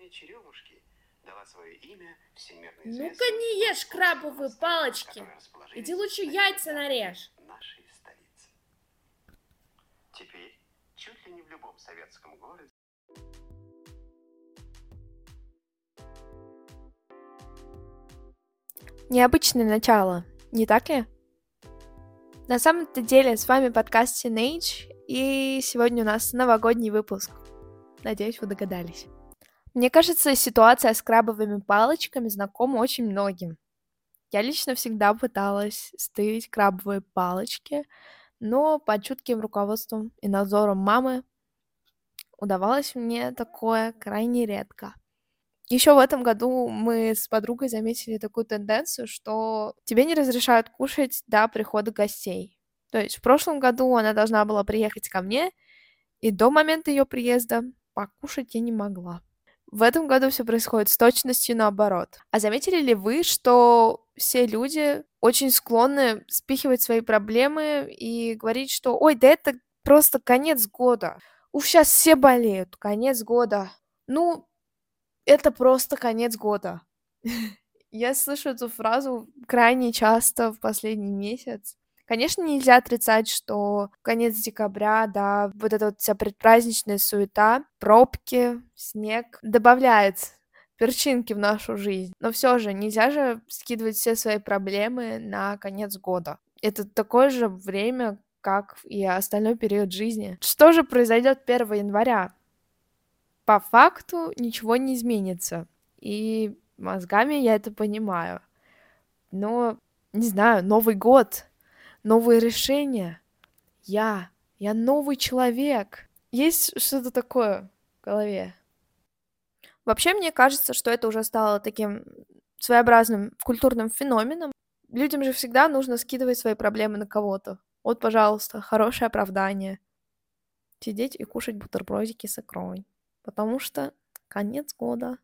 Ну-ка не ешь крабовые палочки. Иди лучше яйца нарежь. Теперь чуть ли не в любом советском городе. Необычное начало, не так ли? На самом-то деле с вами подкаст Teenage, и сегодня у нас новогодний выпуск. Надеюсь, вы догадались. Мне кажется, ситуация с крабовыми палочками знакома очень многим. Я лично всегда пыталась стырить крабовые палочки, но под чутким руководством и надзором мамы удавалось мне такое крайне редко. Еще в этом году мы с подругой заметили такую тенденцию, что тебе не разрешают кушать до прихода гостей. То есть в прошлом году она должна была приехать ко мне, и до момента ее приезда покушать я не могла. В этом году все происходит с точностью наоборот. А заметили ли вы, что все люди очень склонны спихивать свои проблемы и говорить, что «Ой, да это просто конец года. Уж сейчас все болеют, конец года. Ну, это просто конец года». Я слышу эту фразу крайне часто в последний месяц. Конечно, нельзя отрицать, что конец декабря, да, вот эта вот вся предпраздничная суета, пробки, снег добавляет перчинки в нашу жизнь. Но все же нельзя же скидывать все свои проблемы на конец года. Это такое же время, как и остальной период жизни. Что же произойдет 1 января? По факту ничего не изменится. И мозгами я это понимаю. Но, не знаю, Новый год, новые решения. Я новый человек. Есть что-то такое в голове. Вообще, мне кажется, что это уже стало таким своеобразным культурным феноменом. Людям же всегда нужно скидывать свои проблемы на кого-то. Вот, пожалуйста, хорошее оправдание. Сидеть и кушать бутербродики с икрой. Потому что конец года.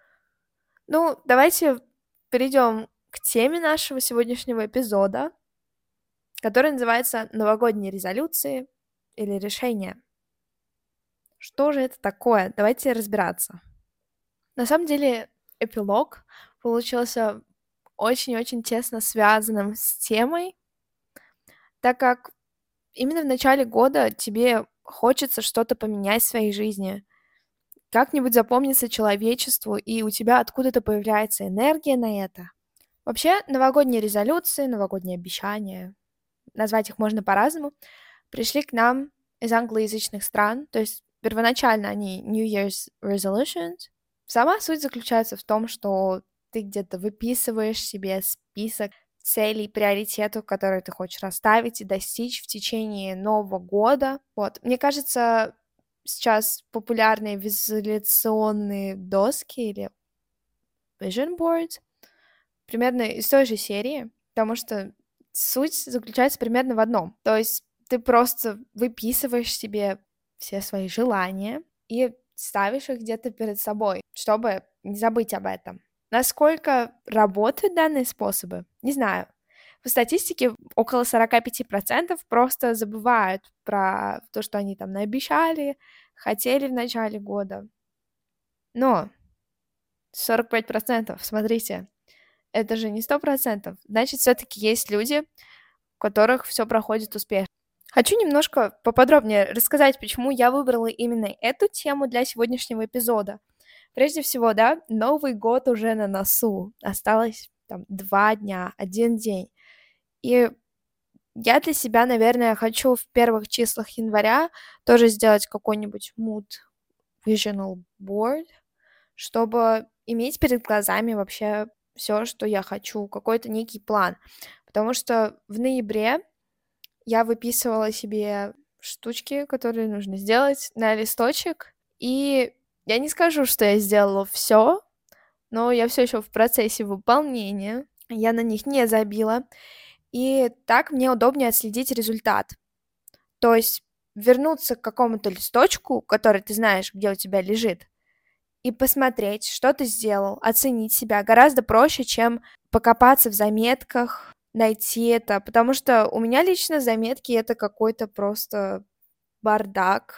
Ну, давайте перейдем к теме нашего сегодняшнего эпизода, который называется «Новогодние резолюции или решения». Что же это такое? Давайте разбираться. На самом деле, эпилог получился очень-очень тесно связанным с темой, так как именно в начале года тебе хочется что-то поменять в своей жизни, как-нибудь запомниться человечеству, и у тебя откуда-то появляется энергия на это. Вообще, новогодние резолюции, новогодние обещания, назвать их можно по-разному, пришли к нам из англоязычных стран, то есть первоначально они New Year's Resolutions. Сама суть заключается в том, что ты где-то выписываешь себе список целей, приоритетов, которые ты хочешь расставить и достичь в течение Нового года. Вот. Мне кажется, сейчас популярные визуализационные доски или vision boards примерно из той же серии, потому что суть заключается примерно в одном. То есть ты просто выписываешь себе все свои желания и ставишь их где-то перед собой, чтобы не забыть об этом. Насколько работают данные способы? Не знаю. По статистике около 45% просто забывают про то, что они там наобещали, хотели в начале года. Но 45%, смотрите, это же не 100%. Значит, все-таки есть люди, у которых все проходит успешно. Хочу немножко поподробнее рассказать, почему я выбрала именно эту тему для сегодняшнего эпизода. Прежде всего, да, Новый год уже на носу. Осталось там 2 дня, 1 день. И я для себя, наверное, хочу в первых числах января тоже сделать какой-нибудь mood visional board, чтобы иметь перед глазами вообще все, что я хочу, какой-то некий план. Потому что в ноябре я выписывала себе штучки, которые нужно сделать на листочек, и я не скажу, что я сделала все, но я все еще в процессе выполнения, я на них не забила, и так мне удобнее отследить результат. То есть вернуться к какому-то листочку, который ты знаешь, где у тебя лежит, и посмотреть, что ты сделал, оценить себя гораздо проще, чем покопаться в заметках, найти это, потому что у меня лично заметки это какой-то просто бардак.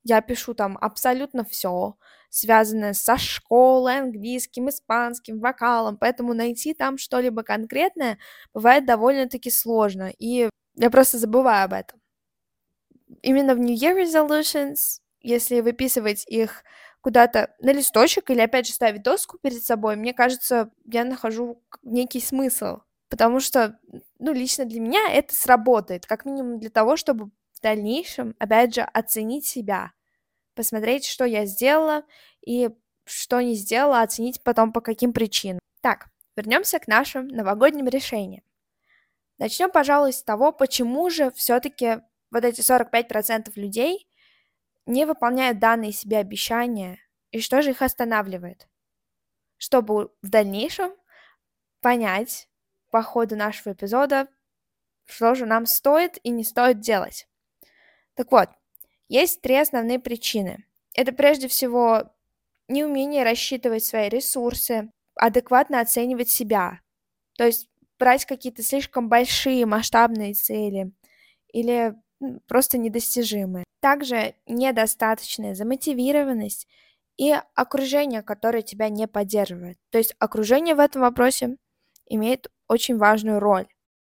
я пишу там абсолютно все, связанное со школой, английским, испанским, вокалом, поэтому найти там что-либо конкретное бывает довольно-таки сложно, и я просто забываю об этом. Именно в New Year Resolutions, если выписывать их куда-то на листочек или, опять же, ставить доску перед собой, мне кажется, я нахожу некий смысл, потому что, ну, лично для меня это сработает, как минимум для того, чтобы в дальнейшем, опять же, оценить себя, посмотреть, что я сделала и что не сделала, оценить потом по каким причинам. Так, вернемся к нашим новогодним решениям. Начнем, пожалуй, с того, почему же все-таки вот эти 45% людей не выполняют данные себе обещания, и что же их останавливает, чтобы в дальнейшем понять по ходу нашего эпизода, что же нам стоит и не стоит делать. Так вот, есть 3 основные причины. Это прежде всего неумение рассчитывать свои ресурсы, адекватно оценивать себя, то есть брать какие-то слишком большие масштабные цели или просто недостижимые. Также недостаточная замотивированность и окружение, которое тебя не поддерживает. То есть окружение в этом вопросе имеет очень важную роль.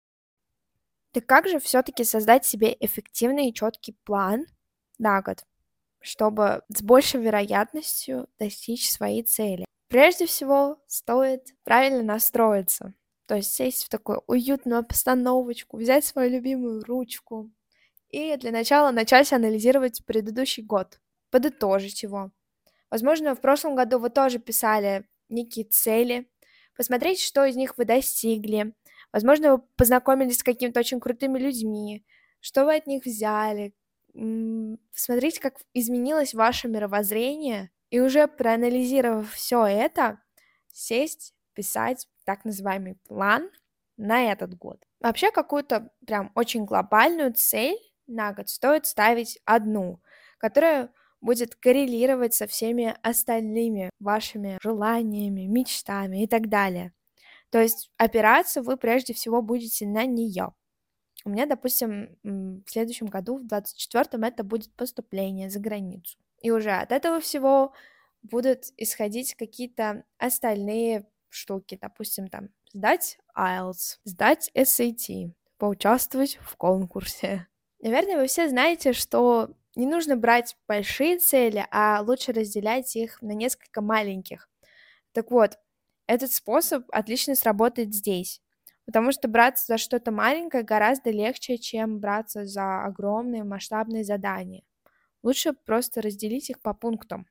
Так как же все-таки создать себе эффективный и четкий план на год, чтобы с большей вероятностью достичь своей цели? Прежде всего, стоит правильно настроиться, то есть сесть в такую уютную обстановочку, взять свою любимую ручку и для начала начать анализировать предыдущий год, подытожить его. Возможно, в прошлом году вы тоже писали некие цели, посмотреть, что из них вы достигли. Возможно, вы познакомились с какими-то очень крутыми людьми, что вы от них взяли. Смотрите, как изменилось ваше мировоззрение, и уже проанализировав все это, сесть, писать так называемый план на этот год. Вообще, какую-то прям очень глобальную цель на год стоит ставить одну, которая будет коррелировать со всеми остальными вашими желаниями, мечтами и так далее. То есть опираться вы прежде всего будете на нее. У меня, допустим, в следующем году, в 24-м, это будет поступление за границу. И уже от этого всего будут исходить какие-то остальные штуки. Допустим, там, сдать IELTS, сдать SAT, поучаствовать в конкурсе. Наверное, вы все знаете, что не нужно брать большие цели, а лучше разделять их на несколько маленьких. Так вот, этот способ отлично сработает здесь, потому что браться за что-то маленькое гораздо легче, чем браться за огромные масштабные задания. Лучше просто разделить их по пунктам.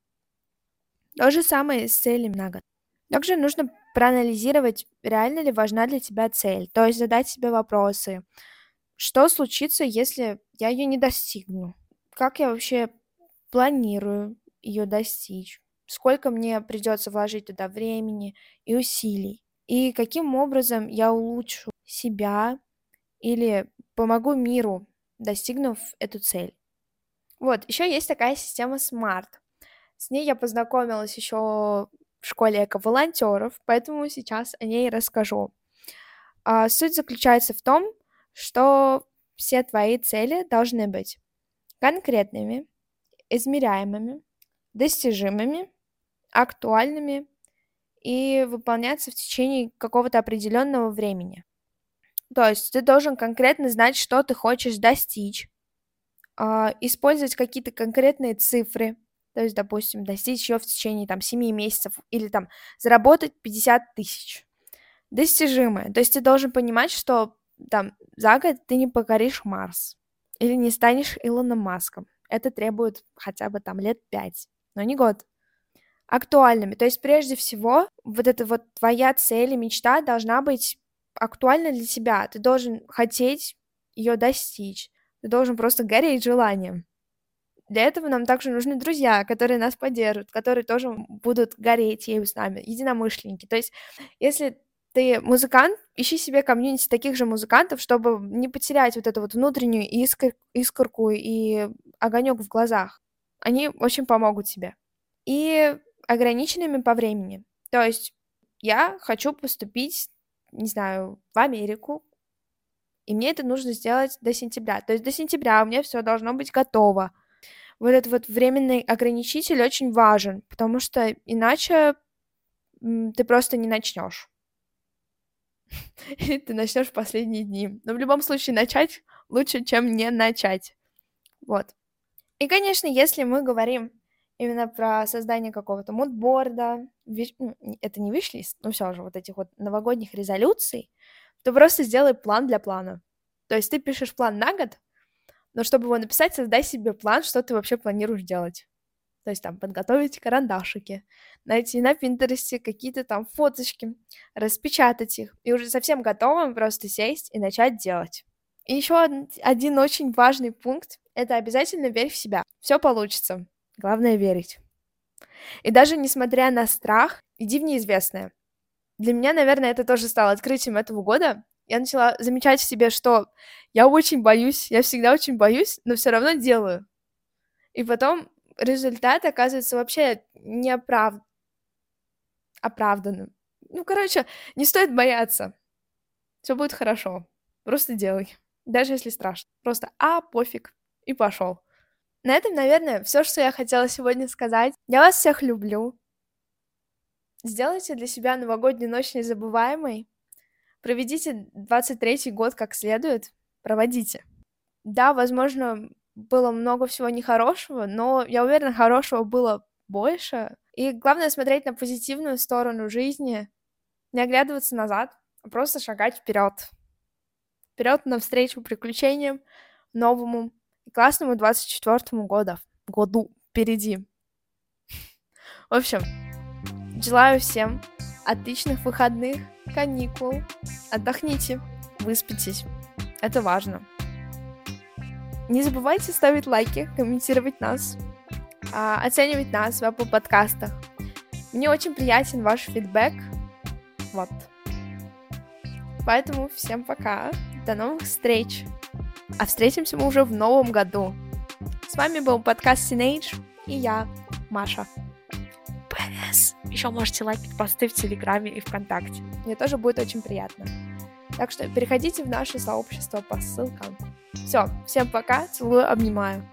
То же самое с целями на год. Также нужно проанализировать, реально ли важна для тебя цель, то есть задать себе вопросы. Что случится, если я ее не достигну? Как я вообще планирую ее достичь? Сколько мне придется вложить туда времени и усилий? И каким образом я улучшу себя или помогу миру, достигнув эту цель? Вот, еще есть такая система SMART. С ней я познакомилась еще в школе эко-волонтеров, поэтому сейчас о ней расскажу. Суть заключается в том, что все твои цели должны быть конкретными, измеряемыми, достижимыми, актуальными и выполняться в течение какого-то определенного времени. То есть ты должен конкретно знать, что ты хочешь достичь, использовать какие-то конкретные цифры, то есть, допустим, достичь ее в течение там 7 месяцев или там заработать 50 тысяч. Достижимое. То есть ты должен понимать, что там за год ты не покоришь Марс или не станешь Илоном Маском. Это требует хотя бы там лет 5, но не год. Актуальными. То есть прежде всего вот эта вот твоя цель и мечта должна быть актуальна для тебя. Ты должен хотеть ее достичь. Ты должен просто гореть желанием. Для этого нам также нужны друзья, которые нас поддержат, которые тоже будут гореть ею с нами, единомышленники. То есть если ты музыкант, ищи себе комьюнити таких же музыкантов, чтобы не потерять вот эту вот внутреннюю искорку и огонек в глазах. Они очень помогут тебе. И ограниченными по времени. То есть я хочу поступить, не знаю, в Америку, и мне это нужно сделать до сентября. То есть до сентября у меня все должно быть готово. вот этот вот временный ограничитель очень важен, потому что иначе ты просто не начнешь. Или ты начнешь в последние дни. Но в любом случае начать лучше, чем не начать. Вот. И, конечно, если мы говорим именно про создание какого-то мудборда, это не виш-лист, но все же вот этих вот новогодних резолюций, то просто сделай план для плана. То есть ты пишешь план на год, но чтобы его написать, создай себе план, что ты вообще планируешь делать. То есть там подготовить карандашики, найти на Пинтересте какие-то там фоточки, распечатать их, и уже совсем готовым просто сесть и начать делать. И еще один очень важный пункт — это обязательно верь в себя. Все получится. Главное — верить. И даже несмотря на страх, иди в неизвестное. Для меня, наверное, это тоже стало открытием этого года. Я начала замечать в себе, что я очень боюсь, я всегда очень боюсь, но все равно делаю. И потом результат оказывается вообще оправданным. Короче, не стоит бояться. Все будет хорошо. Просто делай. Даже если страшно. Просто пофиг. И пошел. На этом, наверное, все, что я хотела сегодня сказать. Я вас всех люблю. Сделайте для себя новогоднюю ночь незабываемой. Проведите 23-й год как следует. Проводите. Да, возможно, было много всего нехорошего, но я уверена, хорошего было больше. И главное смотреть на позитивную сторону жизни, не оглядываться назад, а просто шагать вперед. Вперед навстречу приключениям, новому и классному 24-му году впереди. В общем, желаю всем отличных выходных, каникул. Отдохните, выспитесь. Это важно. Не забывайте ставить лайки, комментировать нас, оценивать нас в Apple подкастах. Мне очень приятен ваш фидбэк. Вот. Поэтому всем пока. До новых встреч. А встретимся мы уже в новом году. С вами был подкаст Teenage и я, Маша. ПС. Еще можете лайкать посты в Телеграме и ВКонтакте. Мне тоже будет очень приятно. Так что переходите в наше сообщество по ссылкам. Все, всем пока, целую, обнимаю.